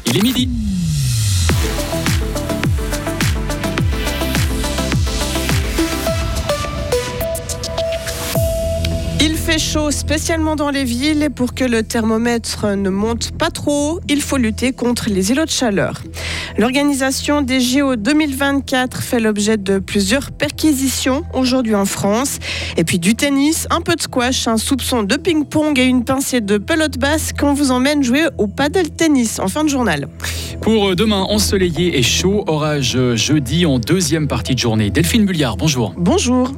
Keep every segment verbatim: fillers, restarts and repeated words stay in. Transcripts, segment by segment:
Il est midi. Il fait chaud, spécialement dans les villes, et pour que le thermomètre ne monte pas trop, il faut lutter contre les îlots de chaleur. L'organisation des J O deux mille vingt-quatre fait l'objet de plusieurs perquisitions aujourd'hui en France. Et puis du tennis, un peu de squash, un soupçon de ping-pong et une pincée de pelote basse qu'on vous emmène jouer au paddle tennis en fin de journal. Pour demain, ensoleillé et chaud, orage jeudi en deuxième partie de journée. Delphine Bulliard, bonjour. Bonjour.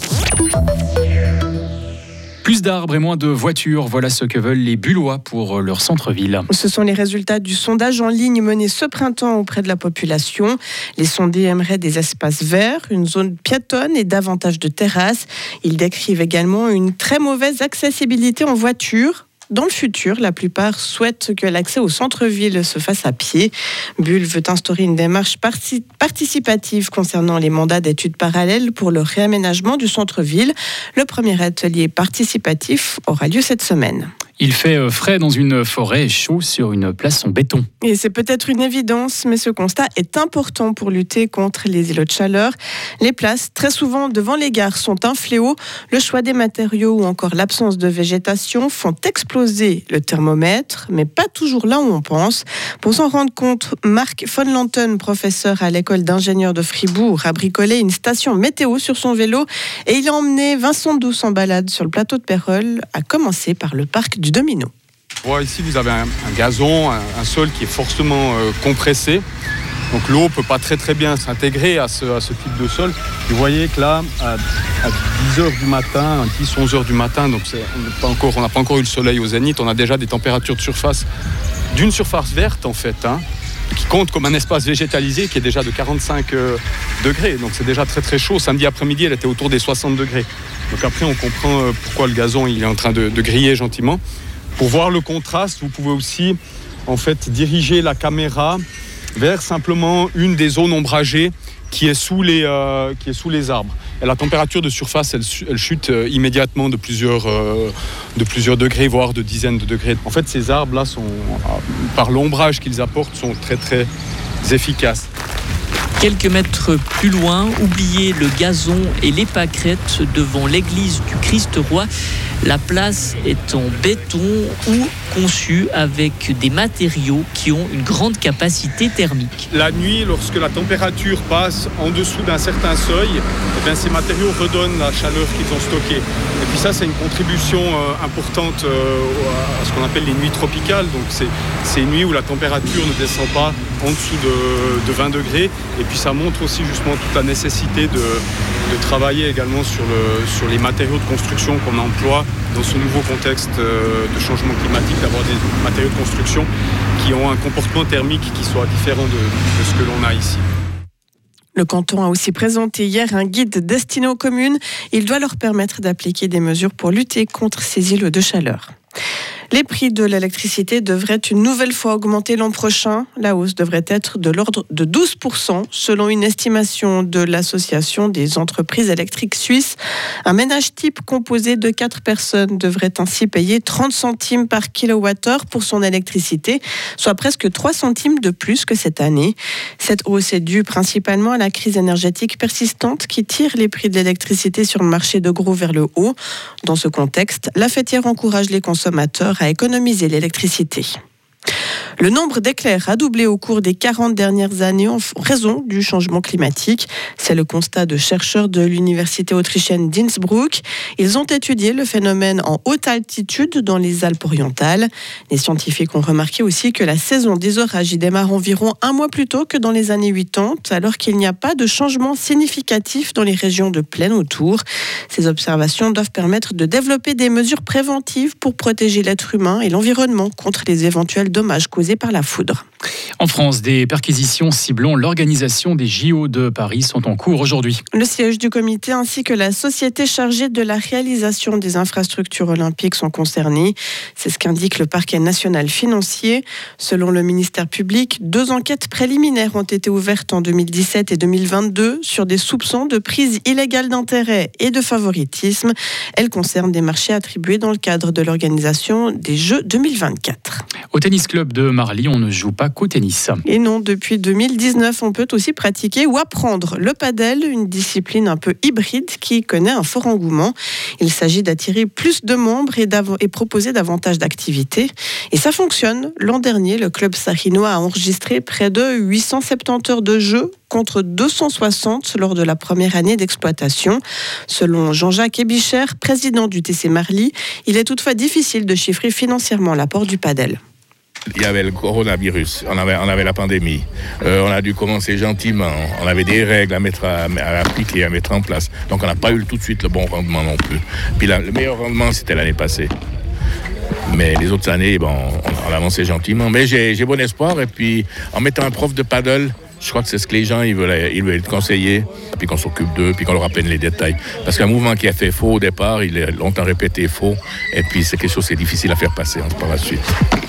Plus d'arbres et moins de voitures, voilà ce que veulent les Bullois pour leur centre-ville. Ce sont les résultats du sondage en ligne mené ce printemps auprès de la population. Les sondés aimeraient des espaces verts, une zone piétonne et davantage de terrasses. Ils décrivent également une très mauvaise accessibilité en voiture. Dans le futur, la plupart souhaitent que l'accès au centre-ville se fasse à pied. Bulle veut instaurer une démarche parti- participative concernant les mandats d'études parallèles pour le réaménagement du centre-ville. Le premier atelier participatif aura lieu cette semaine. Il fait frais dans une forêt et chaud sur une place en béton. Et c'est peut-être une évidence, mais ce constat est important pour lutter contre les îlots de chaleur. Les places, très souvent devant les gares, sont un fléau. Le choix des matériaux ou encore l'absence de végétation font exploser le thermomètre, mais pas toujours là où on pense. Pour s'en rendre compte, Marc von Lanten, professeur à l'école d'ingénieurs de Fribourg, a bricolé une station météo sur son vélo et il a emmené Vincent Douce en balade sur le plateau de Pérols, à commencer par le parc du Domino. Bon, ici, vous avez un, un gazon, un, un sol qui est fortement euh, compressé. Donc l'eau ne peut pas très très bien s'intégrer à ce, à ce type de sol. Vous voyez que là, à, à dix heures du matin, dix à onze heures du matin, donc c'est, on n'a pas encore, on n'a pas encore eu le soleil au zénith, on a déjà des températures de surface, d'une surface verte en fait, hein, qui compte comme un espace végétalisé qui est déjà de quarante-cinq euh, degrés. Donc c'est déjà très très chaud. Samedi après-midi, elle était autour des soixante degrés. Donc après, on comprend euh, pourquoi le gazon il est en train de, de griller gentiment. Pour voir le contraste, vous pouvez aussi en fait diriger la caméra vers simplement une des zones ombragées qui est sous les, euh, qui est sous les arbres. Et la température de surface, elle, elle chute euh, immédiatement de plusieurs, euh, de plusieurs degrés, voire de dizaines de degrés. En fait, ces arbres-là, sont, par l'ombrage qu'ils apportent, sont très très efficaces. Quelques mètres plus loin, oubliez le gazon et les pâquerettes devant l'église du Christ-Roi. La place est en béton ou conçue avec des matériaux qui ont une grande capacité thermique. La nuit, lorsque la température passe en dessous d'un certain seuil, eh bien, ces matériaux redonnent la chaleur qu'ils ont stockée. Et puis ça, c'est une contribution euh, importante euh, à ce qu'on appelle les nuits tropicales. Donc c'est ces nuits où la température ne descend pas en dessous de, de vingt degrés. Et puis ça montre aussi justement toute la nécessité de, de travailler également sur, le, sur les matériaux de construction qu'on emploie dans ce nouveau contexte de changement climatique, d'avoir des matériaux de construction qui ont un comportement thermique qui soit différent de, de ce que l'on a ici. Le canton a aussi présenté hier un guide destiné aux communes. Il doit leur permettre d'appliquer des mesures pour lutter contre ces îlots de chaleur. Les prix de l'électricité devraient une nouvelle fois augmenter l'an prochain. La hausse devrait être de l'ordre de douze pour cent, selon une estimation de l'Association des entreprises électriques suisses. Un ménage type composé de quatre personnes devrait ainsi payer trente centimes par kilowattheure pour son électricité, soit presque trois centimes de plus que cette année. Cette hausse est due principalement à la crise énergétique persistante qui tire les prix de l'électricité sur le marché de gros vers le haut. Dans ce contexte, la fêtière encourage les consommateurs à économiser l'électricité. Le nombre d'éclairs a doublé au cours des quarante dernières années en raison du changement climatique. C'est le constat de chercheurs de l'université autrichienne d'Innsbruck. Ils ont étudié le phénomène en haute altitude dans les Alpes orientales. Les scientifiques ont remarqué aussi que la saison des orages y démarre environ un mois plus tôt que dans les années quatre-vingt-dix, alors qu'il n'y a pas de changement significatif dans les régions de plaine autour. Ces observations doivent permettre de développer des mesures préventives pour protéger l'être humain et l'environnement contre les éventuels dommages causés par la foudre. En France, des perquisitions ciblant l'organisation des J O de Paris sont en cours aujourd'hui. Le siège du comité ainsi que la société chargée de la réalisation des infrastructures olympiques sont concernés. C'est ce qu'indique le parquet national financier. Selon le ministère public, deux enquêtes préliminaires ont été ouvertes en deux mille dix-sept et deux mille vingt-deux sur des soupçons de prise illégale d'intérêt et de favoritisme. Elles concernent des marchés attribués dans le cadre de l'organisation des Jeux deux mille vingt-quatre. Au tennis club de Marly, on ne joue pas qu'au tennis. Et non, depuis deux mille dix-neuf, on peut aussi pratiquer ou apprendre le padel, une discipline un peu hybride qui connaît un fort engouement. Il s'agit d'attirer plus de membres et, et proposer davantage d'activités. Et ça fonctionne. L'an dernier, le club sarinois a enregistré près de huit cent soixante-dix heures de jeu contre deux cent soixante lors de la première année d'exploitation. Selon Jean-Jacques Ebicher, président du T C Marly, il est toutefois difficile de chiffrer financièrement l'apport du padel. Il y avait le coronavirus, on avait, on avait la pandémie. Euh, on a dû commencer gentiment. On avait des règles à mettre à, à appliquer, à mettre en place. Donc on n'a pas eu tout de suite le bon rendement non plus. Puis là, le meilleur rendement, c'était l'année passée. Mais les autres années, bon, on, on avançait gentiment. Mais j'ai, j'ai bon espoir. Et puis, en mettant un prof de paddle, je crois que c'est ce que les gens ils veulent, ils veulent être conseillés, puis qu'on s'occupe d'eux, puis qu'on leur rappelle les détails. Parce qu'un mouvement qui a fait faux au départ, il est longtemps répété faux. Et puis c'est quelque chose qui est difficile à faire passer hein, par la suite.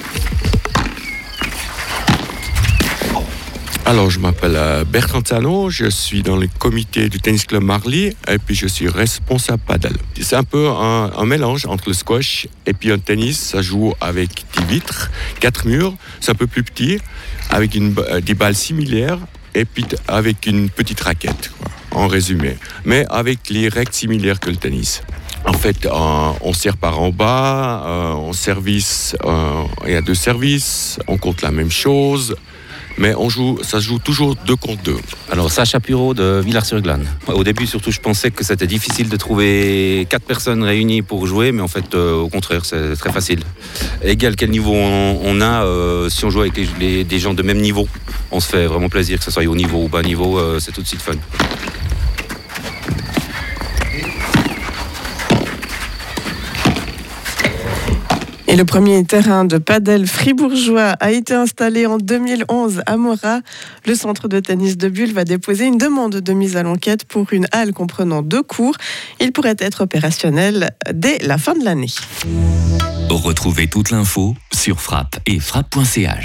Alors, je m'appelle Bertrand Tsano, je suis dans le comité du Tennis Club Marly et puis je suis responsable paddle. C'est un peu un, un mélange entre le squash et puis un tennis. Ça joue avec dix vitres, quatre murs, c'est un peu plus petit, avec une, des balles similaires et puis avec une petite raquette, quoi, en résumé. Mais avec les règles similaires que le tennis. En fait, euh, on sert par en bas, euh, on service, euh, il y a deux services, on compte la même chose. Mais on joue, ça se joue toujours deux contre deux. Alors, Sacha Pureau de Villars-sur-Glane. Au début, surtout, je pensais que c'était difficile de trouver quatre personnes réunies pour jouer, mais en fait, euh, au contraire, c'est très facile. Égal quel niveau on, on a, euh, si on joue avec les, les, des gens de même niveau, on se fait vraiment plaisir, que ce soit au niveau ou bas niveau, euh, c'est tout de suite fun. Et le premier terrain de padel fribourgeois a été installé en deux mille onze à Morat. Le centre de tennis de Bulle va déposer une demande de mise à l'enquête pour une halle comprenant deux cours. Il pourrait être opérationnel dès la fin de l'année. Retrouvez toute l'info sur frappe et frappe point c h.